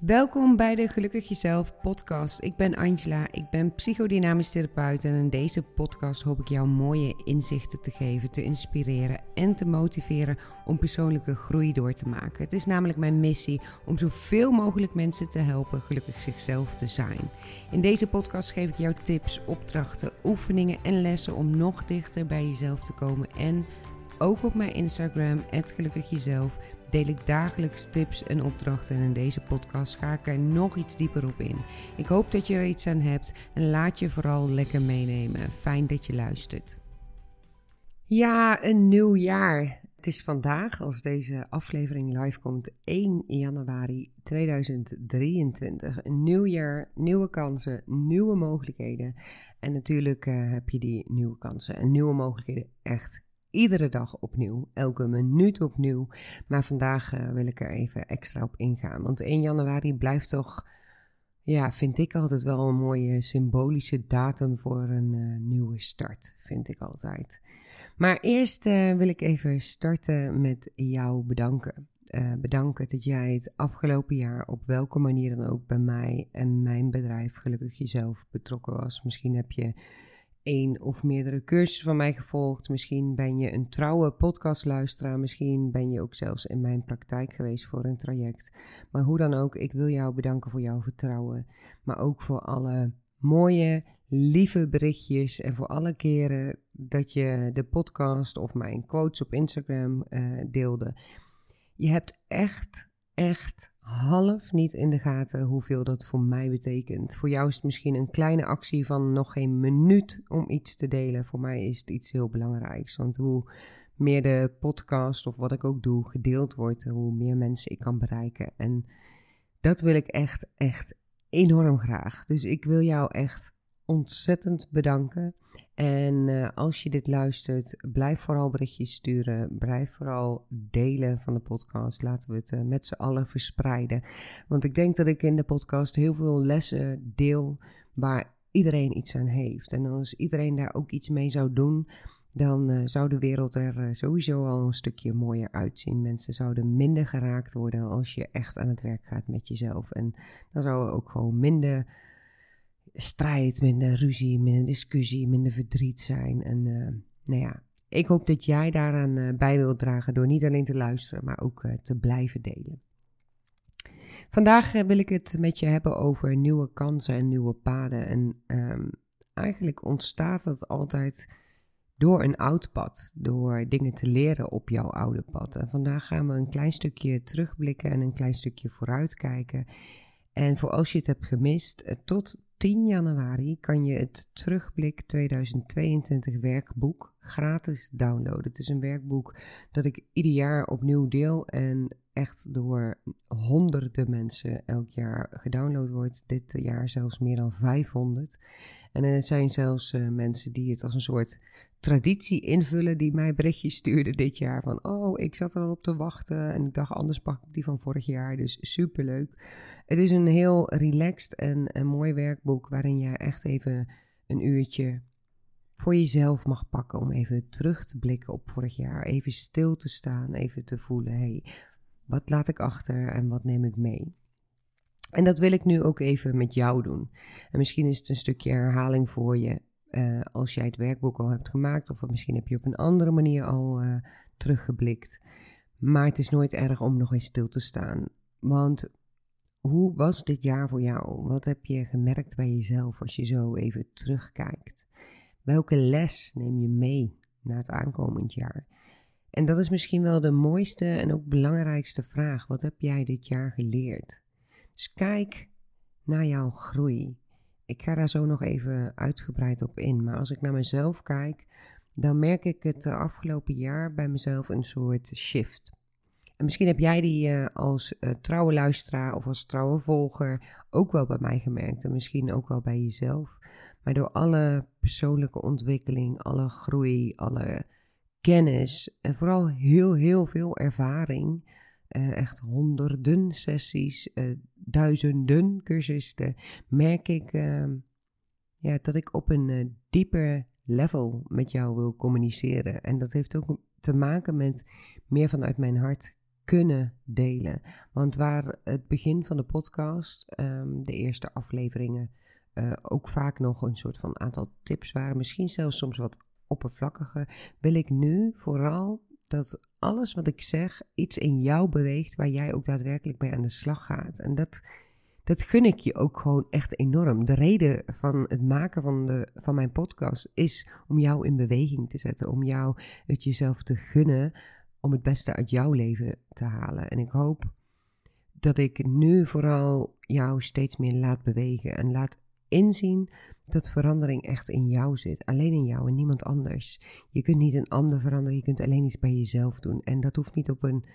Welkom bij de Gelukkig Jezelf podcast. Ik ben Angela, ik ben psychodynamisch therapeut en in deze podcast hoop ik jou mooie inzichten te geven, te inspireren en te motiveren om persoonlijke groei door te maken. Het is namelijk mijn missie om zoveel mogelijk mensen te helpen gelukkig zichzelf te zijn. In deze podcast geef ik jou tips, opdrachten, oefeningen en lessen om nog dichter bij jezelf te komen. En ook op mijn Instagram, @gelukkigjezelf, deel ik dagelijks tips en opdrachten en in deze podcast ga ik er nog iets dieper op in. Ik hoop dat je er iets aan hebt en laat je vooral lekker meenemen. Fijn dat je luistert. Ja, een nieuw jaar. Het is vandaag, als deze aflevering live komt, 1 januari 2023. Een nieuw jaar, nieuwe kansen, nieuwe mogelijkheden. En natuurlijk heb je die nieuwe kansen en nieuwe mogelijkheden echt iedere dag opnieuw, elke minuut opnieuw. Maar vandaag wil ik er even extra op ingaan. Want 1 januari blijft toch, vind ik altijd wel een mooie symbolische datum voor een nieuwe start. Vind ik altijd. Maar eerst wil ik even starten met jou bedanken. Bedanken dat jij het afgelopen jaar op welke manier dan ook bij mij en mijn bedrijf Gelukkig Jezelf betrokken was. Misschien heb je 1 of meerdere cursussen van mij gevolgd. Misschien ben je een trouwe podcastluisteraar. Misschien ben je ook zelfs in mijn praktijk geweest voor een traject. Maar hoe dan ook, ik wil jou bedanken voor jouw vertrouwen. Maar ook voor alle mooie, lieve berichtjes. En voor alle keren dat je de podcast of mijn quotes op Instagram deelde. Je hebt echt half niet in de gaten hoeveel dat voor mij betekent. Voor jou is het misschien een kleine actie van nog geen minuut om iets te delen. Voor mij is het iets heel belangrijks. Want hoe meer de podcast of wat ik ook doe gedeeld wordt, hoe meer mensen ik kan bereiken. En dat wil ik echt enorm graag. Dus ik wil jou echt ontzettend bedanken. En als je dit luistert, blijf vooral berichtjes sturen. Blijf vooral delen van de podcast. Laten we het met z'n allen verspreiden. Want ik denk dat ik in de podcast heel veel lessen deel waar iedereen iets aan heeft. En als iedereen daar ook iets mee zou doen, dan zou de wereld er sowieso al een stukje mooier uitzien. Mensen zouden minder geraakt worden als je echt aan het werk gaat met jezelf. En dan zou er ook gewoon minder strijd, minder ruzie, minder discussie, minder verdriet zijn. En ik hoop dat jij daaraan bij wilt dragen door niet alleen te luisteren, maar ook te blijven delen. Vandaag wil ik het met je hebben over nieuwe kansen en nieuwe paden. En eigenlijk ontstaat dat altijd door een oud pad, door dingen te leren op jouw oude pad. En vandaag gaan we een klein stukje terugblikken en een klein stukje vooruitkijken. En voor als je het hebt gemist, tot 10 januari kan je het Terugblik 2022 werkboek gratis downloaden. Het is een werkboek dat ik ieder jaar opnieuw deel en echt door honderden mensen elk jaar gedownload wordt. Dit jaar zelfs meer dan 500. En er zijn zelfs mensen die het als een soort traditie invullen, die mij berichtjes stuurden dit jaar van, ik zat er al op te wachten en ik dacht, anders pak ik die van vorig jaar. Dus superleuk. Het is een heel relaxed en een mooi werkboek waarin je echt even een uurtje voor jezelf mag pakken om even terug te blikken op vorig jaar. Even stil te staan, even te voelen, wat laat ik achter en wat neem ik mee? En dat wil ik nu ook even met jou doen. En misschien is het een stukje herhaling voor je als jij het werkboek al hebt gemaakt. Of misschien heb je op een andere manier al teruggeblikt. Maar het is nooit erg om nog eens stil te staan. Want hoe was dit jaar voor jou? Wat heb je gemerkt bij jezelf als je zo even terugkijkt? Welke les neem je mee naar het aankomend jaar? En dat is misschien wel de mooiste en ook belangrijkste vraag. Wat heb jij dit jaar geleerd? Dus kijk naar jouw groei. Ik ga daar zo nog even uitgebreid op in. Maar als ik naar mezelf kijk, dan merk ik het afgelopen jaar bij mezelf een soort shift. En misschien heb jij die als trouwe luisteraar of als trouwe volger ook wel bij mij gemerkt. En misschien ook wel bij jezelf. Maar door alle persoonlijke ontwikkeling, alle groei, alle kennis en vooral heel veel ervaring. Echt honderden sessies, duizenden cursisten, merk ik dat ik op een dieper level met jou wil communiceren. En dat heeft ook te maken met meer vanuit mijn hart kunnen delen. Want waar het begin van de podcast, de eerste afleveringen, ook vaak nog een soort van aantal tips waren, misschien zelfs soms wat oppervlakkiger, wil ik nu vooral dat alles wat ik zeg iets in jou beweegt waar jij ook daadwerkelijk mee aan de slag gaat. En dat gun ik je ook gewoon echt enorm. De reden van het maken van mijn podcast is om jou in beweging te zetten, om jou het jezelf te gunnen, om het beste uit jouw leven te halen. En ik hoop dat ik nu vooral jou steeds meer laat bewegen en laat inzien dat verandering echt in jou zit. Alleen in jou en niemand anders. Je kunt niet een ander veranderen, je kunt alleen iets bij jezelf doen. En dat hoeft niet op een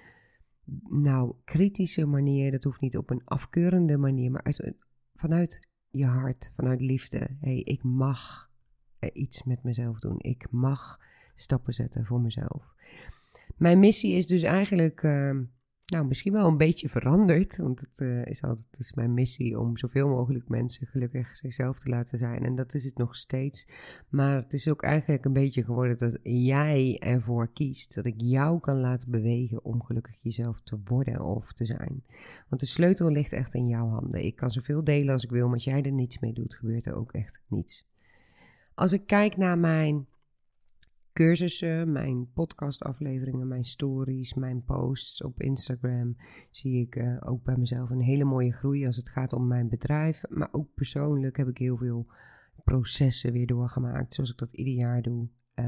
kritische manier, dat hoeft niet op een afkeurende manier, maar vanuit je hart, vanuit liefde. Ik mag iets met mezelf doen. Ik mag stappen zetten voor mezelf. Mijn missie is dus eigenlijk misschien wel een beetje veranderd. Want het is altijd dus mijn missie om zoveel mogelijk mensen gelukkig zichzelf te laten zijn. En dat is het nog steeds. Maar het is ook eigenlijk een beetje geworden dat jij ervoor kiest. Dat ik jou kan laten bewegen om gelukkig jezelf te worden of te zijn. Want de sleutel ligt echt in jouw handen. Ik kan zoveel delen als ik wil, maar als jij er niets mee doet, gebeurt er ook echt niets. Als ik kijk naar mijn cursussen, mijn podcastafleveringen, mijn stories, mijn posts op Instagram, zie ik ook bij mezelf een hele mooie groei als het gaat om mijn bedrijf. Maar ook persoonlijk heb ik heel veel processen weer doorgemaakt, zoals ik dat ieder jaar doe.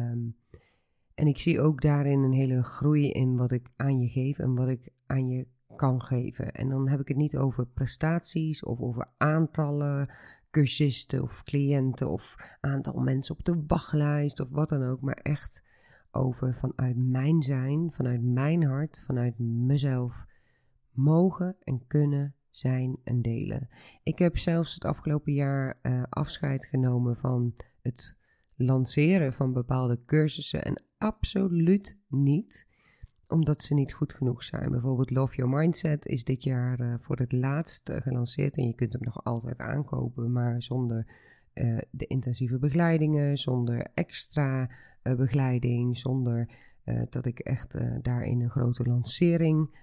En ik zie ook daarin een hele groei in wat ik aan je geef en wat ik aan je kan geven. En dan heb ik het niet over prestaties of over aantallen cursisten of cliënten of aantal mensen op de wachtlijst of wat dan ook, maar echt over vanuit mijn zijn, vanuit mijn hart, vanuit mezelf mogen en kunnen zijn en delen. Ik heb zelfs het afgelopen jaar afscheid genomen van het lanceren van bepaalde cursussen en absoluut niet omdat ze niet goed genoeg zijn. Bijvoorbeeld Love Your Mindset is dit jaar voor het laatst gelanceerd en je kunt hem nog altijd aankopen, maar zonder de intensieve begeleidingen, zonder extra begeleiding, zonder dat ik echt daarin een grote lancering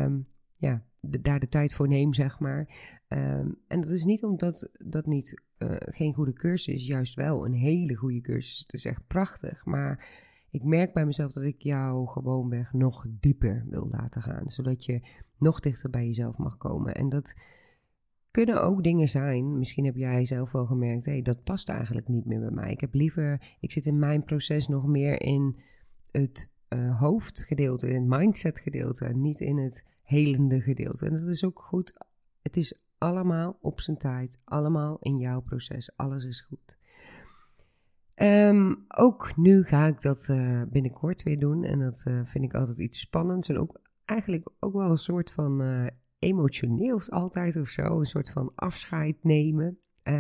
daar de tijd voor neem, zeg maar. En dat is niet omdat dat niet geen goede cursus is, juist wel een hele goede cursus. Het is echt prachtig, maar ik merk bij mezelf dat ik jou gewoonweg nog dieper wil laten gaan, zodat je nog dichter bij jezelf mag komen. En dat kunnen ook dingen zijn, misschien heb jij zelf wel gemerkt, dat past eigenlijk niet meer bij mij. Ik zit in mijn proces nog meer in het hoofdgedeelte, in het mindset gedeelte en niet in het helende gedeelte. En dat is ook goed. Het is allemaal op zijn tijd, allemaal in jouw proces, alles is goed. Ook nu ga ik dat binnenkort weer doen en dat vind ik altijd iets spannends en ook eigenlijk ook wel een soort van emotioneels altijd of zo, een soort van afscheid nemen.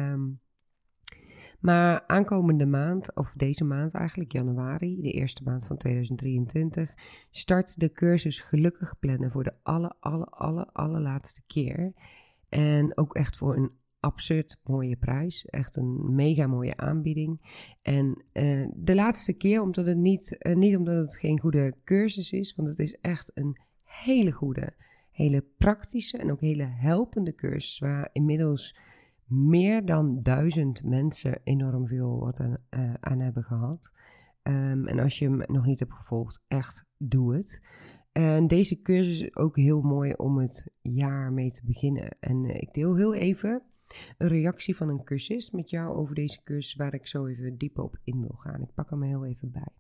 Maar aankomende maand, of deze maand eigenlijk, januari, de eerste maand van 2023, start de cursus Gelukkig Plannen voor de allerlaatste keer. En ook echt voor een absurd mooie prijs. Echt een mega mooie aanbieding. En de laatste keer, omdat het niet omdat het geen goede cursus is, want het is echt een hele goede, hele praktische en ook hele helpende cursus, waar inmiddels meer dan 1000 mensen enorm veel wat aan hebben gehad. En als je hem nog niet hebt gevolgd, echt doe het. En deze cursus is ook heel mooi om het jaar mee te beginnen. En ik deel heel even een reactie van een cursist met jou over deze cursus, waar ik zo even dieper op in wil gaan. Ik pak hem er heel even bij.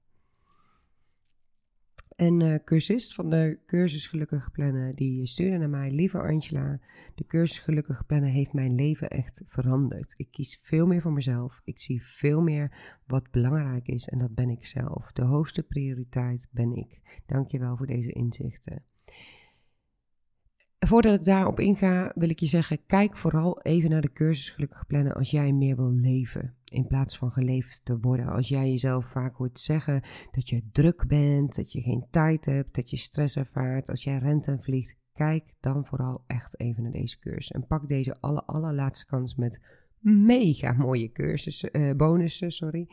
Een cursist van de cursus Gelukkig Plannen, die stuurde naar mij: lieve Angela, de cursus Gelukkig Plannen heeft mijn leven echt veranderd. Ik kies veel meer voor mezelf. Ik zie veel meer wat belangrijk is en dat ben ik zelf. De hoogste prioriteit ben ik. Dankjewel voor deze inzichten. Voordat ik daarop inga, wil ik je zeggen, kijk vooral even naar de cursus Gelukkig Plannen als jij meer wil leven, in plaats van geleefd te worden. Als jij jezelf vaak hoort zeggen dat je druk bent, dat je geen tijd hebt, dat je stress ervaart, als jij rent en vliegt, kijk dan vooral echt even naar deze cursus. En pak deze allerlaatste kans met mega mooie bonussen,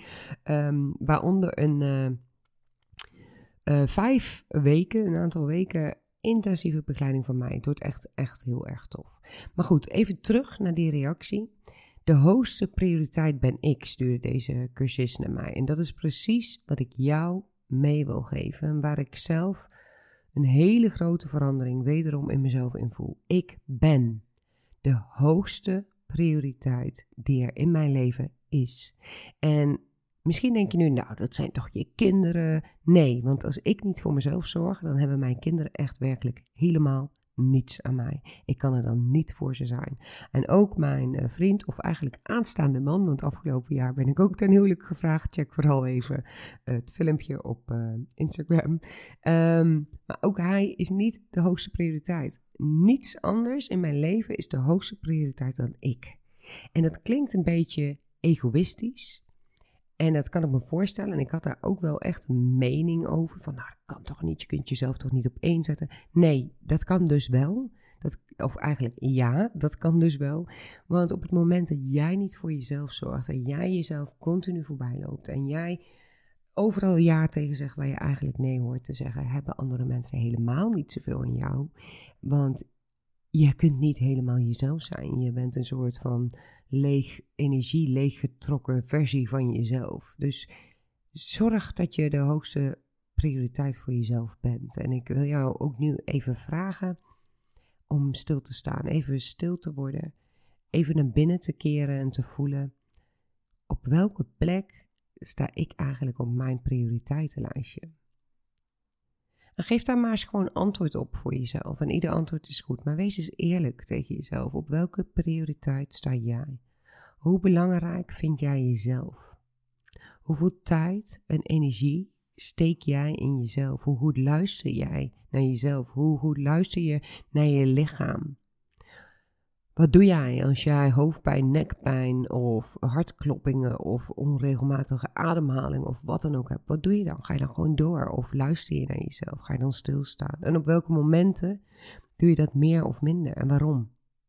waaronder een 5 weken, een aantal weken intensieve begeleiding van mij. Het wordt echt heel erg tof. Maar goed, even terug naar die reactie. De hoogste prioriteit ben ik, stuurde deze cursist naar mij. En dat is precies wat ik jou mee wil geven. En waar ik zelf een hele grote verandering wederom in mezelf in voel. Ik ben de hoogste prioriteit die er in mijn leven is. En misschien denk je nu, nou, dat zijn toch je kinderen? Nee, want als ik niet voor mezelf zorg, dan hebben mijn kinderen echt werkelijk helemaal niets aan mij. Ik kan er dan niet voor ze zijn. En ook mijn vriend, of eigenlijk aanstaande man, want afgelopen jaar ben ik ook ten huwelijk gevraagd. Check vooral even het filmpje op Instagram. Maar ook hij is niet de hoogste prioriteit. Niets anders in mijn leven is de hoogste prioriteit dan ik. En dat klinkt een beetje egoïstisch. En dat kan ik me voorstellen. En ik had daar ook wel echt een mening over. Van, nou, dat kan toch niet. Je kunt jezelf toch niet op één zetten. Nee, dat kan dus wel. Of eigenlijk, ja, dat kan dus wel. Want op het moment dat jij niet voor jezelf zorgt. En jij jezelf continu voorbij loopt. En jij overal ja tegen zegt waar je eigenlijk nee hoort te zeggen. Hebben andere mensen helemaal niet zoveel aan jou. Want je kunt niet helemaal jezelf zijn. Je bent een soort van leeggetrokken versie van jezelf. Dus zorg dat je de hoogste prioriteit voor jezelf bent. En ik wil jou ook nu even vragen om stil te staan. Even stil te worden. Even naar binnen te keren en te voelen. Op welke plek sta ik eigenlijk op mijn prioriteitenlijstje? En geef daar maar eens gewoon antwoord op voor jezelf. En ieder antwoord is goed. Maar wees eens eerlijk tegen jezelf. Op welke prioriteit sta jij? Hoe belangrijk vind jij jezelf? Hoeveel tijd en energie steek jij in jezelf? Hoe goed luister jij naar jezelf? Hoe goed luister je naar je lichaam? Wat doe jij als jij hoofdpijn, nekpijn of hartkloppingen of onregelmatige ademhaling of wat dan ook hebt? Wat doe je dan? Ga je dan gewoon door of luister je naar jezelf? Ga je dan stilstaan? En op welke momenten doe je dat meer of minder en waarom?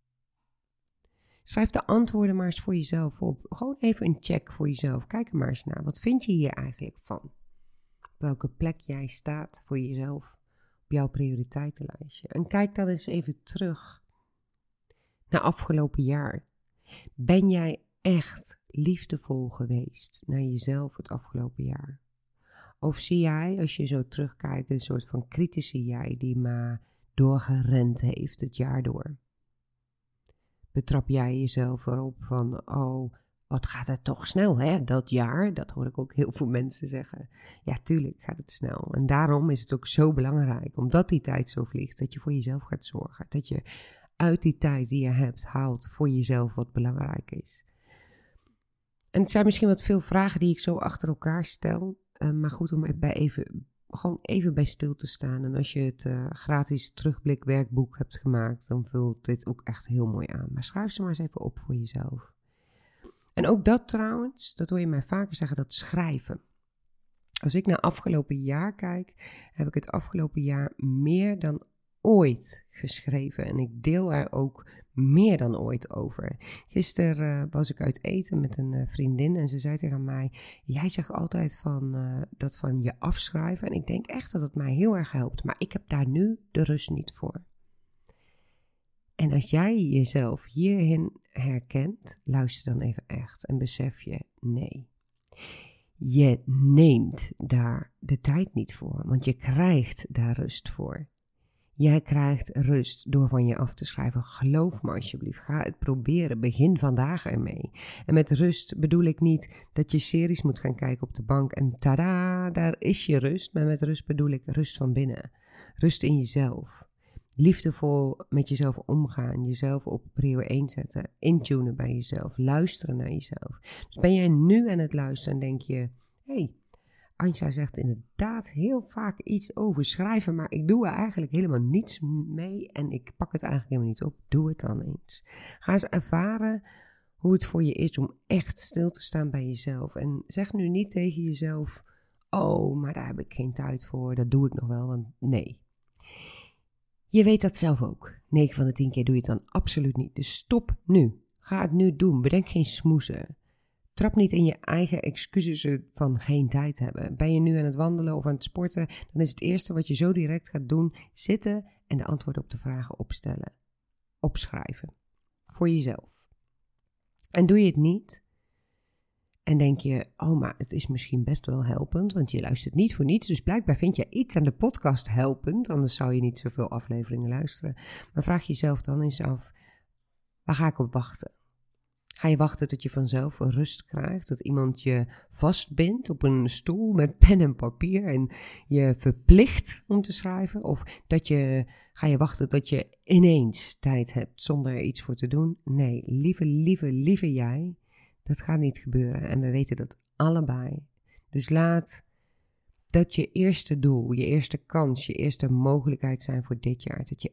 Schrijf de antwoorden maar eens voor jezelf op. Gewoon even een check voor jezelf. Kijk er maar eens naar. Wat vind je hier eigenlijk van? Op welke plek jij staat voor jezelf op jouw prioriteitenlijstje. En kijk dan eens even terug naar afgelopen jaar. Ben jij echt liefdevol geweest naar jezelf het afgelopen jaar? Of zie jij, als je zo terugkijkt, een soort van kritische jij die maar doorgerend heeft het jaar door? Betrap jij jezelf erop van, oh, wat gaat het toch snel, hè, dat jaar? Dat hoor ik ook heel veel mensen zeggen. Ja, tuurlijk gaat het snel. En daarom is het ook zo belangrijk, omdat die tijd zo vliegt, dat je voor jezelf gaat zorgen. Dat je uit die tijd die je hebt haalt voor jezelf wat belangrijk is. En het zijn misschien wat veel vragen die ik zo achter elkaar stel. Maar goed om gewoon even bij stil te staan. En als je het gratis terugblikwerkboek hebt gemaakt, dan vult dit ook echt heel mooi aan. Maar schrijf ze maar eens even op voor jezelf. En ook dat trouwens, dat hoor je mij vaker zeggen, dat schrijven. Als ik naar afgelopen jaar kijk, heb ik het afgelopen jaar meer dan ooit geschreven. En ik deel er ook meer dan ooit over. Gisteren was ik uit eten met een vriendin en ze zei tegen mij, jij zegt altijd dat van je afschrijven. En ik denk echt dat het mij heel erg helpt. Maar ik heb daar nu de rust niet voor. En als jij jezelf hierin herkent, luister dan even echt en besef je, nee. Je neemt daar de tijd niet voor, want je krijgt daar rust voor. Jij krijgt rust door van je af te schrijven. Geloof me alsjeblieft. Ga het proberen. Begin vandaag ermee. En met rust bedoel ik niet dat je series moet gaan kijken op de bank en tada, daar is je rust. Maar met rust bedoel ik rust van binnen. Rust in jezelf. Liefdevol met jezelf omgaan. Jezelf op prio 1 zetten. Intunen bij jezelf. Luisteren naar jezelf. Dus ben jij nu aan het luisteren en denk je, hey, Anja zegt inderdaad heel vaak iets over schrijven, maar ik doe er eigenlijk helemaal niets mee en ik pak het eigenlijk helemaal niet op. Doe het dan eens. Ga eens ervaren hoe het voor je is om echt stil te staan bij jezelf. En zeg nu niet tegen jezelf, oh, maar daar heb ik geen tijd voor, dat doe ik nog wel, want nee. Je weet dat zelf ook. 9 van de 10 keer doe je het dan absoluut niet. Dus stop nu. Ga het nu doen. Bedenk geen smoezen. Trap niet in je eigen excuses van geen tijd hebben. Ben je nu aan het wandelen of aan het sporten, dan is het eerste wat je zo direct gaat doen, zitten en de antwoorden op de vragen opstellen. Opschrijven. Voor jezelf. En doe je het niet en denk je, oh, maar het is misschien best wel helpend, want je luistert niet voor niets, dus blijkbaar vind je iets aan de podcast helpend, anders zou je niet zoveel afleveringen luisteren. Maar vraag jezelf dan eens af, waar ga ik op wachten? Ga je wachten tot je vanzelf rust krijgt, dat iemand je vastbindt op een stoel met pen en papier en je verplicht om te schrijven? Of ga je wachten tot je ineens tijd hebt zonder er iets voor te doen? Nee, lieve jij, dat gaat niet gebeuren en we weten dat allebei. Dus laat dat je eerste doel, je eerste kans, je eerste mogelijkheid zijn voor dit jaar. Dat je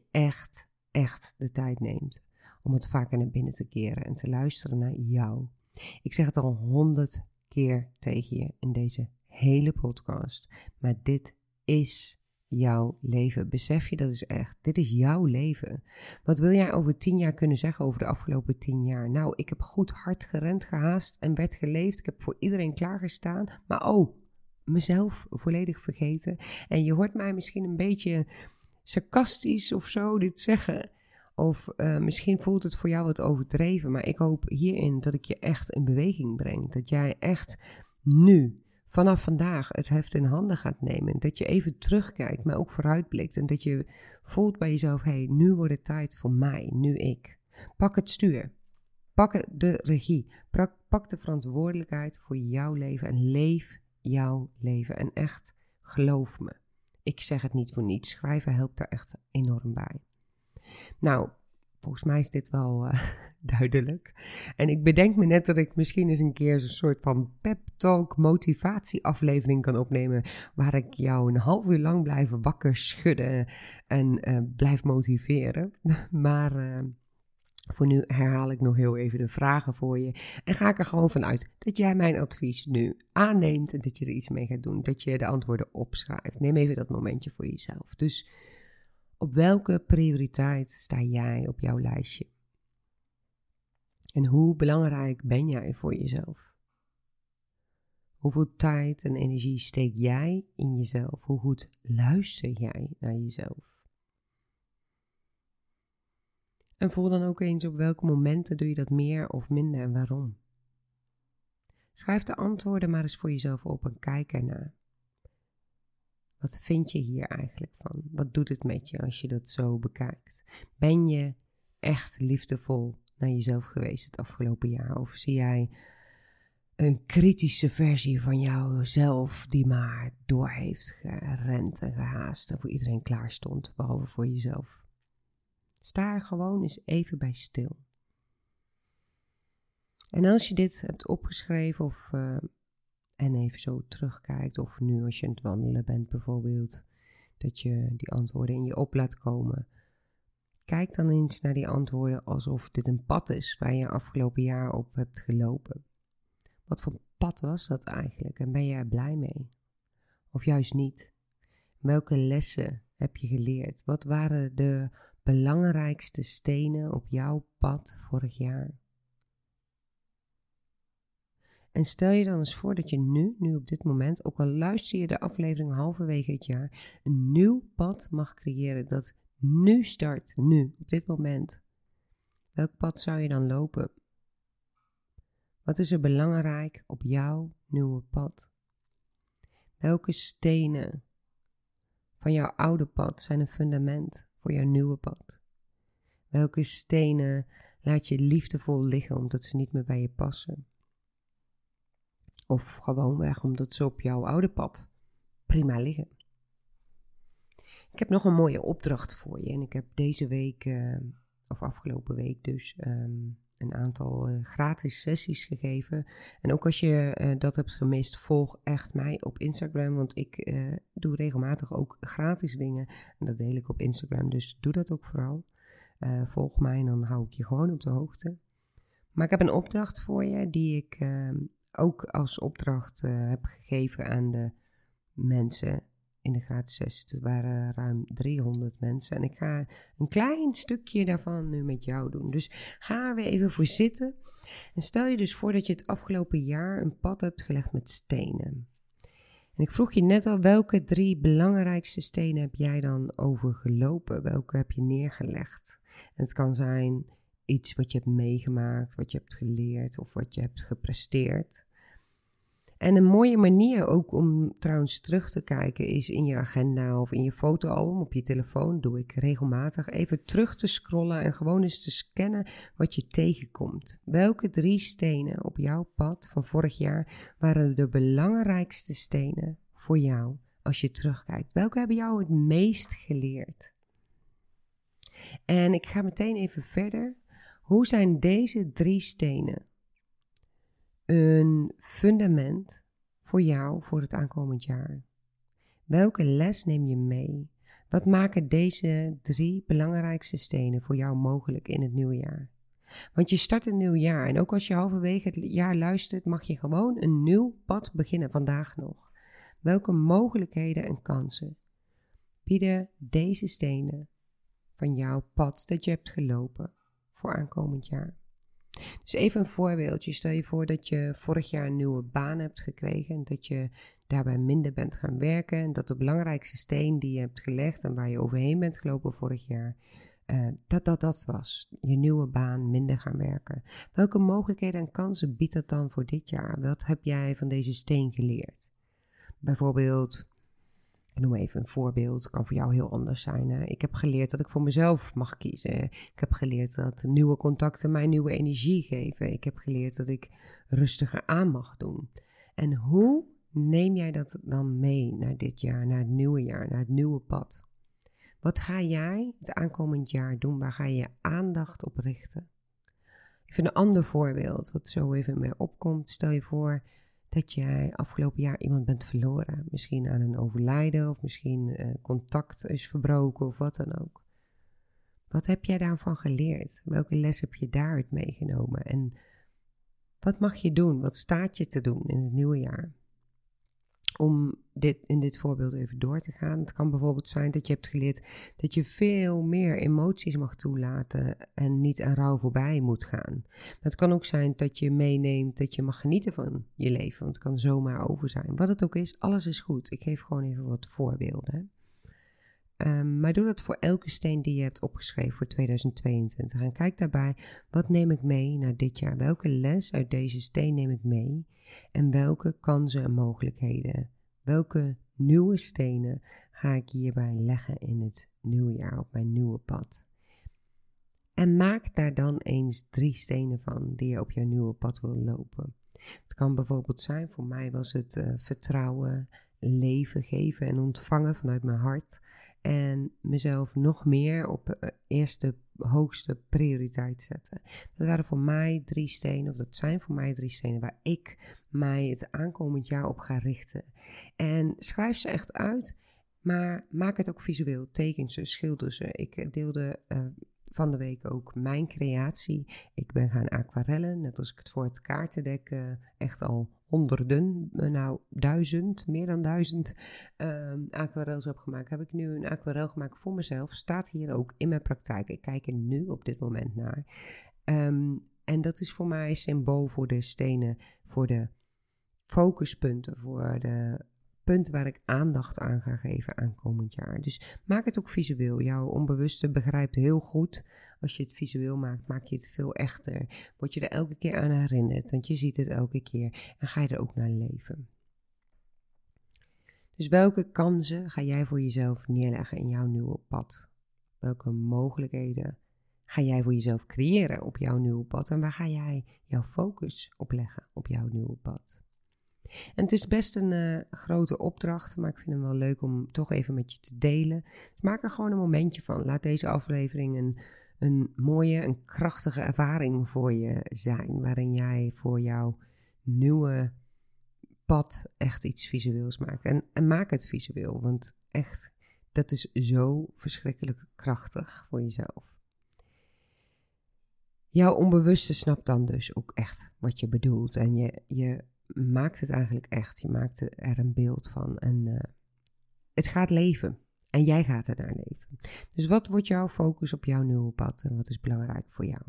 echt de tijd neemt om het vaker naar binnen te keren en te luisteren naar jou. Ik zeg het al 100 keer tegen je in deze hele podcast. Maar dit is jouw leven. Besef je, dat is echt. Dit is jouw leven. Wat wil jij over 10 jaar kunnen zeggen over de afgelopen 10 jaar? Nou, ik heb goed hard gerend, gehaast en werd geleefd. Ik heb voor iedereen klaargestaan. Maar mezelf volledig vergeten. En je hoort mij misschien een beetje sarcastisch of zo dit zeggen. Of misschien voelt het voor jou wat overdreven, maar ik hoop hierin dat ik je echt in beweging breng. Dat jij echt nu, vanaf vandaag, het heft in handen gaat nemen. Dat je even terugkijkt, maar ook vooruitblikt. En dat je voelt bij jezelf, nu wordt het tijd voor mij, nu ik. Pak het stuur. Pak de regie. Pak de verantwoordelijkheid voor jouw leven en leef jouw leven. En echt, geloof me. Ik zeg het niet voor niets. Schrijven helpt daar echt enorm bij. Nou, volgens mij is dit wel duidelijk. En ik bedenk me net dat ik misschien eens een keer zo'n soort van pep talk motivatieaflevering kan opnemen, waar ik jou een half uur lang blijf wakker schudden en blijf motiveren. Maar voor nu herhaal ik nog heel even de vragen voor je. En ga ik er gewoon vanuit dat jij mijn advies nu aanneemt en dat je er iets mee gaat doen. Dat je de antwoorden opschrijft. Neem even dat momentje voor jezelf. Dus op welke prioriteit sta jij op jouw lijstje? En hoe belangrijk ben jij voor jezelf? Hoeveel tijd en energie steek jij in jezelf? Hoe goed luister jij naar jezelf? En voel dan ook eens op welke momenten doe je dat meer of minder en waarom. Schrijf de antwoorden maar eens voor jezelf op en kijk ernaar. Wat vind je hier eigenlijk van? Wat doet het met je als je dat zo bekijkt? Ben je echt liefdevol naar jezelf geweest het afgelopen jaar? Of zie jij een kritische versie van jouzelf die maar door heeft gerend en gehaast en voor iedereen klaar stond, behalve voor jezelf? Sta er gewoon eens even bij stil. En als je dit hebt opgeschreven en even zo terugkijkt, of nu als je aan het wandelen bent bijvoorbeeld, dat je die antwoorden in je op laat komen. Kijk dan eens naar die antwoorden alsof dit een pad is waar je afgelopen jaar op hebt gelopen. Wat voor pad was dat eigenlijk en ben je er blij mee? Of juist niet? Welke lessen heb je geleerd? Wat waren de belangrijkste stenen op jouw pad vorig jaar? En stel je dan eens voor dat je nu op dit moment, ook al luister je de aflevering halverwege het jaar, een nieuw pad mag creëren dat nu start, nu, op dit moment. Welk pad zou je dan lopen? Wat is er belangrijk op jouw nieuwe pad? Welke stenen van jouw oude pad zijn een fundament voor jouw nieuwe pad? Welke stenen laat je liefdevol liggen omdat ze niet meer bij je passen? Of gewoonweg omdat ze op jouw oude pad prima liggen. Ik heb nog een mooie opdracht voor je. En ik heb deze week, of afgelopen week dus, een aantal gratis sessies gegeven. En ook als je dat hebt gemist, volg echt mij op Instagram. Want ik doe regelmatig ook gratis dingen. En dat deel ik op Instagram. Dus doe dat ook vooral. Volg mij en dan hou ik je gewoon op de hoogte. Maar ik heb een opdracht voor je die ik ook als opdracht heb gegeven aan de mensen in de gratis sessie. Het waren ruim 300 mensen. En ik ga een klein stukje daarvan nu met jou doen. Dus ga er weer even voor zitten. En stel je dus voor dat je het afgelopen jaar een pad hebt gelegd met stenen. En ik vroeg je net al, welke 3 belangrijkste stenen heb jij dan overgelopen? Welke heb je neergelegd? En het kan zijn iets wat je hebt meegemaakt, wat je hebt geleerd of wat je hebt gepresteerd. En een mooie manier ook om trouwens terug te kijken is in je agenda of in je fotoalbum op je telefoon. Doe ik regelmatig even terug te scrollen en gewoon eens te scannen wat je tegenkomt. Welke 3 stenen op jouw pad van vorig jaar waren de belangrijkste stenen voor jou als je terugkijkt? Welke hebben jou het meest geleerd? En ik ga meteen even verder. Hoe zijn deze 3 stenen een fundament voor jou voor het aankomend jaar? Welke les neem je mee? Wat maken deze 3 belangrijkste stenen voor jou mogelijk in het nieuwe jaar? Want je start een nieuw jaar en ook als je halverwege het jaar luistert, mag je gewoon een nieuw pad beginnen, vandaag nog. Welke mogelijkheden en kansen bieden deze stenen van jouw pad dat je hebt gelopen voor aankomend jaar? Dus even een voorbeeldje. Stel je voor dat je vorig jaar een nieuwe baan hebt gekregen en dat je daarbij minder bent gaan werken en dat de belangrijkste steen die je hebt gelegd en waar je overheen bent gelopen vorig jaar, dat was. Je nieuwe baan, minder gaan werken. Welke mogelijkheden en kansen biedt dat dan voor dit jaar? Wat heb jij van deze steen geleerd? Bijvoorbeeld, ik noem even een voorbeeld, het kan voor jou heel anders zijn. Hè? Ik heb geleerd dat ik voor mezelf mag kiezen. Ik heb geleerd dat nieuwe contacten mij nieuwe energie geven. Ik heb geleerd dat ik rustiger aan mag doen. En hoe neem jij dat dan mee naar dit jaar, naar het nieuwe jaar, naar het nieuwe pad? Wat ga jij het aankomend jaar doen? Waar ga je je aandacht op richten? Even een ander voorbeeld, wat zo even meer opkomt. Stel je voor dat jij afgelopen jaar iemand bent verloren. Misschien aan een overlijden of misschien contact is verbroken of wat dan ook. Wat heb jij daarvan geleerd? Welke les heb je daaruit meegenomen? En wat mag je doen? Wat staat je te doen in het nieuwe jaar? Om in dit voorbeeld even door te gaan. Het kan bijvoorbeeld zijn dat je hebt geleerd dat je veel meer emoties mag toelaten en niet aan rouw voorbij moet gaan. Maar het kan ook zijn dat je meeneemt dat je mag genieten van je leven, want het kan zomaar over zijn. Wat het ook is, alles is goed. Ik geef gewoon even wat voorbeelden. Maar doe dat voor elke steen die je hebt opgeschreven voor 2022. En kijk daarbij, wat neem ik mee naar dit jaar? Welke les uit deze steen neem ik mee? En welke kansen en mogelijkheden? Welke nieuwe stenen ga ik hierbij leggen in het nieuwe jaar op mijn nieuwe pad? En maak daar dan eens 3 stenen van die je op jouw nieuwe pad wil lopen. Het kan bijvoorbeeld zijn, voor mij was het vertrouwen, leven, geven en ontvangen vanuit mijn hart. En mezelf nog meer op eerste hoogste prioriteit zetten. Dat waren voor mij 3 stenen, of dat zijn voor mij 3 stenen waar ik mij het aankomend jaar op ga richten. En schrijf ze echt uit, maar maak het ook visueel. Teken ze, schilder ze. Ik deelde van de week ook mijn creatie. Ik ben gaan aquarellen, net als ik het voor het kaartendek echt al honderden, meer dan 1000 aquarels heb gemaakt. Heb ik nu een aquarel gemaakt voor mezelf. Staat hier ook in mijn praktijk. Ik kijk er nu op dit moment naar. En dat is voor mij symbool voor de stenen, voor de focuspunten, voor de punten waar ik aandacht aan ga geven aankomend jaar. Dus maak het ook visueel. Jouw onbewuste begrijpt heel goed. Als je het visueel maakt, maak je het veel echter. Word je er elke keer aan herinnerd, want je ziet het elke keer en ga je er ook naar leven. Dus welke kansen ga jij voor jezelf neerleggen in jouw nieuwe pad? Welke mogelijkheden ga jij voor jezelf creëren op jouw nieuwe pad? En waar ga jij jouw focus op leggen op jouw nieuwe pad? En het is best een grote opdracht, maar ik vind hem wel leuk om toch even met je te delen. Dus maak er gewoon een momentje van. Laat deze aflevering een mooie, een krachtige ervaring voor je zijn, waarin jij voor jouw nieuwe pad echt iets visueels maakt. En maak het visueel, want echt, dat is zo verschrikkelijk krachtig voor jezelf. Jouw onbewuste snapt dan dus ook echt wat je bedoelt en je maakt het eigenlijk echt. Je maakt er een beeld van. En het gaat leven. En jij gaat ernaar leven. Dus wat wordt jouw focus op jouw nieuwe pad? En wat is belangrijk voor jou?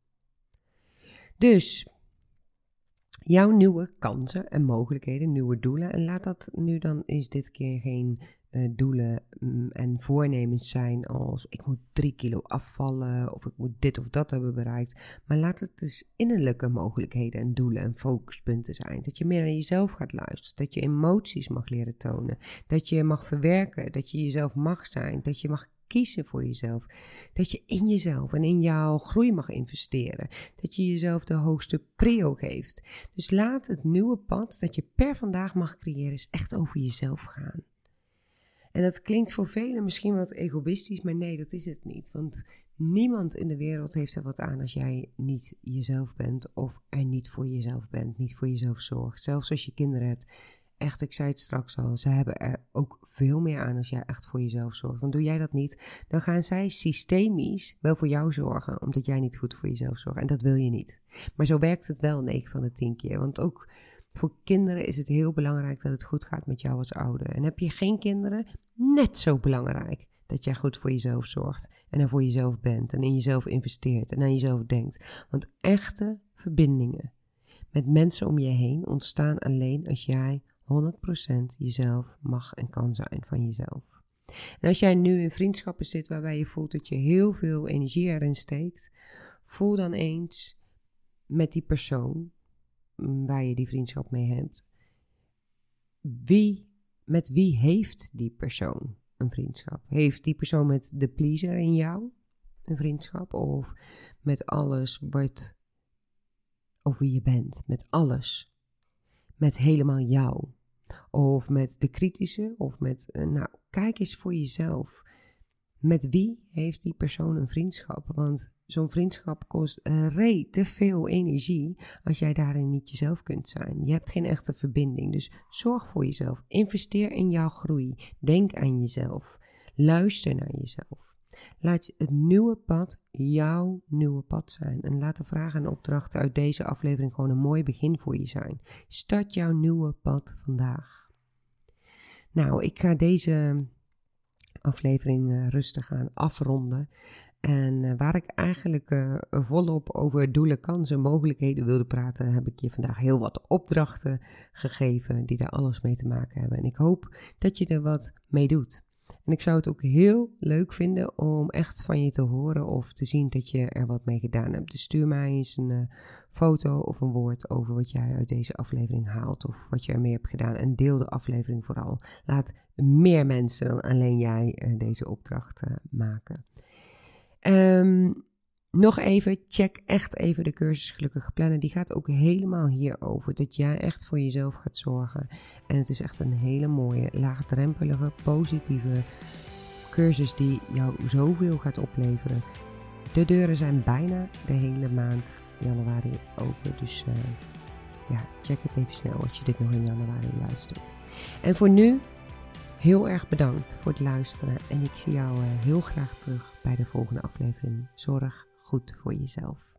Dus jouw nieuwe kansen en mogelijkheden, nieuwe doelen. En laat dat nu dan eens dit keer geen doelen en voornemens zijn als ik moet 3 kilo afvallen of ik moet dit of dat hebben bereikt. Maar laat het dus innerlijke mogelijkheden en doelen en focuspunten zijn. Dat je meer naar jezelf gaat luisteren. Dat je emoties mag leren tonen. Dat je mag verwerken. Dat je jezelf mag zijn. Dat je mag kiezen voor jezelf. Dat je in jezelf en in jouw groei mag investeren. Dat je jezelf de hoogste prio geeft. Dus laat het nieuwe pad dat je per vandaag mag creëren eens echt over jezelf gaan. En dat klinkt voor velen misschien wat egoïstisch, maar nee, dat is het niet. Want niemand in de wereld heeft er wat aan als jij niet jezelf bent of er niet voor jezelf bent, niet voor jezelf zorgt. Zelfs als je kinderen hebt. Echt, ik zei het straks al, ze hebben er ook veel meer aan als jij echt voor jezelf zorgt. Dan doe jij dat niet, dan gaan zij systemisch wel voor jou zorgen, omdat jij niet goed voor jezelf zorgt. En dat wil je niet. Maar zo werkt het wel 9 van de 10 keer. Want ook voor kinderen is het heel belangrijk dat het goed gaat met jou als ouder. En heb je geen kinderen, net zo belangrijk dat jij goed voor jezelf zorgt. En er voor jezelf bent en in jezelf investeert en aan jezelf denkt. Want echte verbindingen met mensen om je heen ontstaan alleen als jij 100% jezelf mag en kan zijn van jezelf. En als jij nu in vriendschappen zit waarbij je voelt dat je heel veel energie erin steekt, voel dan eens met die persoon waar je die vriendschap mee hebt, met wie heeft die persoon een vriendschap? Heeft die persoon met de pleaser in jou een vriendschap? Of met alles wat over wie je bent? Met alles? Met helemaal jou? Of met de kritische? Of met, kijk eens voor jezelf. Met wie heeft die persoon een vriendschap? Want zo'n vriendschap kost te veel energie als jij daarin niet jezelf kunt zijn. Je hebt geen echte verbinding, dus zorg voor jezelf. Investeer in jouw groei. Denk aan jezelf. Luister naar jezelf. Laat het nieuwe pad jouw nieuwe pad zijn. En laat de vragen en opdrachten uit deze aflevering gewoon een mooi begin voor je zijn. Start jouw nieuwe pad vandaag. Nou, ik ga deze aflevering rustig aan afronden. En waar ik eigenlijk volop over doelen, kansen, mogelijkheden wilde praten, heb ik je vandaag heel wat opdrachten gegeven die daar alles mee te maken hebben. En ik hoop dat je er wat mee doet. En ik zou het ook heel leuk vinden om echt van je te horen of te zien dat je er wat mee gedaan hebt. Dus stuur mij eens een foto of een woord over wat jij uit deze aflevering haalt of wat je ermee hebt gedaan. En deel de aflevering vooral. Laat meer mensen dan alleen jij deze opdracht maken. Nog even, check echt even de cursus Gelukkig Plannen. Die gaat ook helemaal hierover. Dat jij echt voor jezelf gaat zorgen. En het is echt een hele mooie, laagdrempelige, positieve cursus die jou zoveel gaat opleveren. De deuren zijn bijna de hele maand januari open. Dus check het even snel als je dit nog in januari luistert. En voor nu, heel erg bedankt voor het luisteren. En ik zie jou heel graag terug bij de volgende aflevering. Zorg goed voor jezelf.